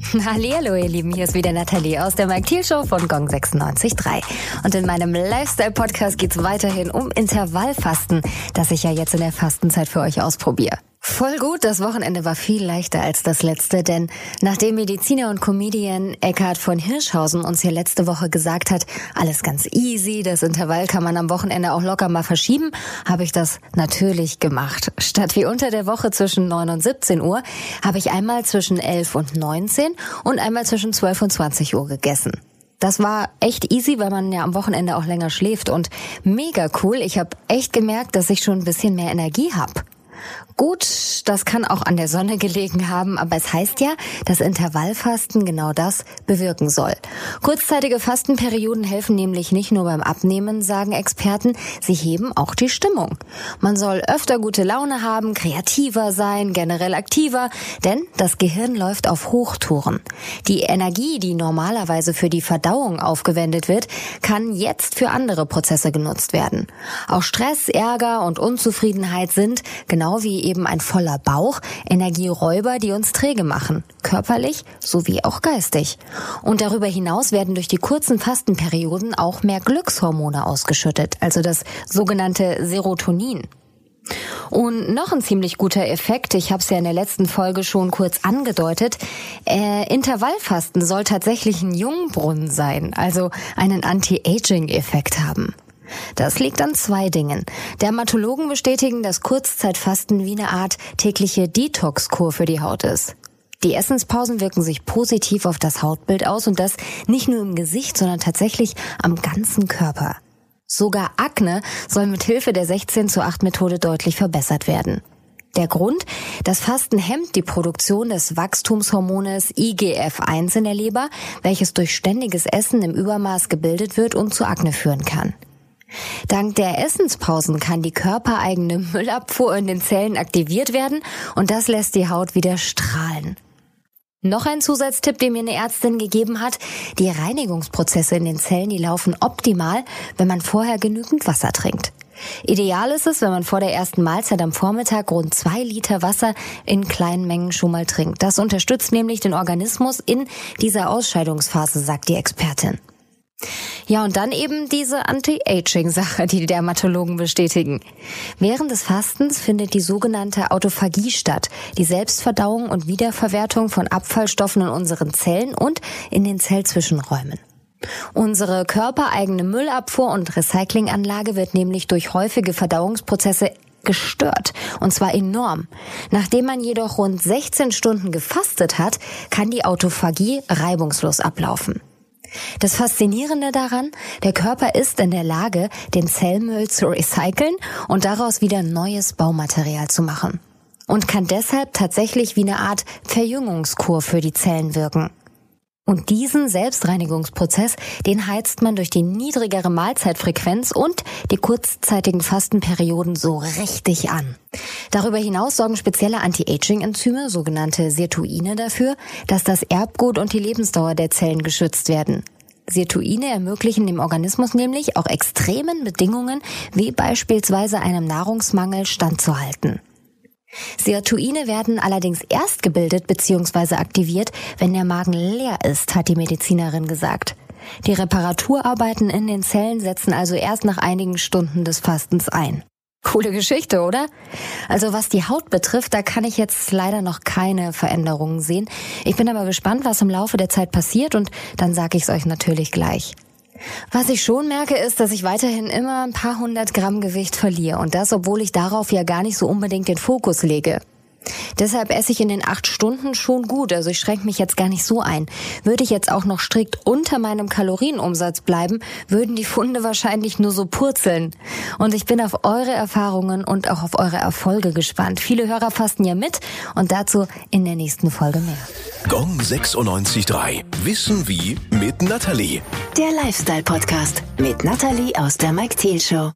Hallihallo ihr Lieben, hier ist wieder Nathalie aus der Mike Thiel Show von Gong 96.3. Und in meinem Lifestyle-Podcast geht's weiterhin um Intervallfasten, das ich ja jetzt in der Fastenzeit für euch ausprobiere. Voll gut, das Wochenende war viel leichter als das letzte, denn nachdem Mediziner und Comedian Eckhard von Hirschhausen uns hier letzte Woche gesagt hat, alles ganz easy, das Intervall kann man am Wochenende auch locker mal verschieben, habe ich das natürlich gemacht. Statt wie unter der Woche zwischen 9 und 17 Uhr habe ich einmal zwischen 11 und 19 und einmal zwischen 12 und 20 Uhr gegessen. Das war echt easy, weil man ja am Wochenende auch länger schläft und mega cool. Ich habe echt gemerkt, dass ich schon ein bisschen mehr Energie habe. Gut, das kann auch an der Sonne gelegen haben, aber es heißt ja, dass Intervallfasten genau das bewirken soll. Kurzzeitige Fastenperioden helfen nämlich nicht nur beim Abnehmen, sagen Experten, sie heben auch die Stimmung. Man soll öfter gute Laune haben, kreativer sein, generell aktiver, denn das Gehirn läuft auf Hochtouren. Die Energie, die normalerweise für die Verdauung aufgewendet wird, kann jetzt für andere Prozesse genutzt werden. Auch Stress, Ärger und Unzufriedenheit sind, genau wie eben ein voller Bauch, Energieräuber, die uns träge machen, körperlich sowie auch geistig. Und darüber hinaus werden durch die kurzen Fastenperioden auch mehr Glückshormone ausgeschüttet, also das sogenannte Serotonin. Und noch ein ziemlich guter Effekt, ich habe es ja in der letzten Folge schon kurz angedeutet, Intervallfasten soll tatsächlich ein Jungbrunnen sein, also einen Anti-Aging-Effekt haben. Das liegt an zwei Dingen. Dermatologen bestätigen, dass Kurzzeitfasten wie eine Art tägliche Detox-Kur für die Haut ist. Die Essenspausen wirken sich positiv auf das Hautbild aus und das nicht nur im Gesicht, sondern tatsächlich am ganzen Körper. Sogar Akne soll mit Hilfe der 16:8-Methode deutlich verbessert werden. Der Grund? Das Fasten hemmt die Produktion des Wachstumshormones IGF-1 in der Leber, welches durch ständiges Essen im Übermaß gebildet wird und zu Akne führen kann. Dank der Essenspausen kann die körpereigene Müllabfuhr in den Zellen aktiviert werden und das lässt die Haut wieder strahlen. Noch ein Zusatztipp, den mir eine Ärztin gegeben hat: Die Reinigungsprozesse in den Zellen, die laufen optimal, wenn man vorher genügend Wasser trinkt. Ideal ist es, wenn man vor der ersten Mahlzeit am Vormittag rund 2 Liter Wasser in kleinen Mengen schon mal trinkt. Das unterstützt nämlich den Organismus in dieser Ausscheidungsphase, sagt die Expertin. Ja, und dann eben diese Anti-Aging-Sache, die Dermatologen bestätigen. Während des Fastens findet die sogenannte Autophagie statt, die Selbstverdauung und Wiederverwertung von Abfallstoffen in unseren Zellen und in den Zellzwischenräumen. Unsere körpereigene Müllabfuhr und Recyclinganlage wird nämlich durch häufige Verdauungsprozesse gestört, und zwar enorm. Nachdem man jedoch rund 16 Stunden gefastet hat, kann die Autophagie reibungslos ablaufen. Das Faszinierende daran, der Körper ist in der Lage, den Zellmüll zu recyceln und daraus wieder neues Baumaterial zu machen. Und kann deshalb tatsächlich wie eine Art Verjüngungskur für die Zellen wirken. Und diesen Selbstreinigungsprozess, den heizt man durch die niedrigere Mahlzeitfrequenz und die kurzzeitigen Fastenperioden so richtig an. Darüber hinaus sorgen spezielle Anti-Aging-Enzyme, sogenannte Sirtuine, dafür, dass das Erbgut und die Lebensdauer der Zellen geschützt werden. Sirtuine ermöglichen dem Organismus nämlich auch extremen Bedingungen, wie beispielsweise einem Nahrungsmangel, standzuhalten. Sirtuine werden allerdings erst gebildet bzw. aktiviert, wenn der Magen leer ist, hat die Medizinerin gesagt. Die Reparaturarbeiten in den Zellen setzen also erst nach einigen Stunden des Fastens ein. Coole Geschichte, oder? Also was die Haut betrifft, da kann ich jetzt leider noch keine Veränderungen sehen. Ich bin aber gespannt, was im Laufe der Zeit passiert und dann sage ich es euch natürlich gleich. Was ich schon merke, ist, dass ich weiterhin immer ein paar 100 Gramm Gewicht verliere und das, obwohl ich darauf ja gar nicht so unbedingt den Fokus lege. Deshalb esse ich in den 8 Stunden schon gut, also ich schränke mich jetzt gar nicht so ein. Würde ich jetzt auch noch strikt unter meinem Kalorienumsatz bleiben, würden die Funde wahrscheinlich nur so purzeln. Und ich bin auf eure Erfahrungen und auch auf eure Erfolge gespannt. Viele Hörer fasten ja mit und dazu in der nächsten Folge mehr. Gong 96.3. Wissen wie mit Nathalie. Der Lifestyle-Podcast mit Nathalie aus der Mike Thiel Show.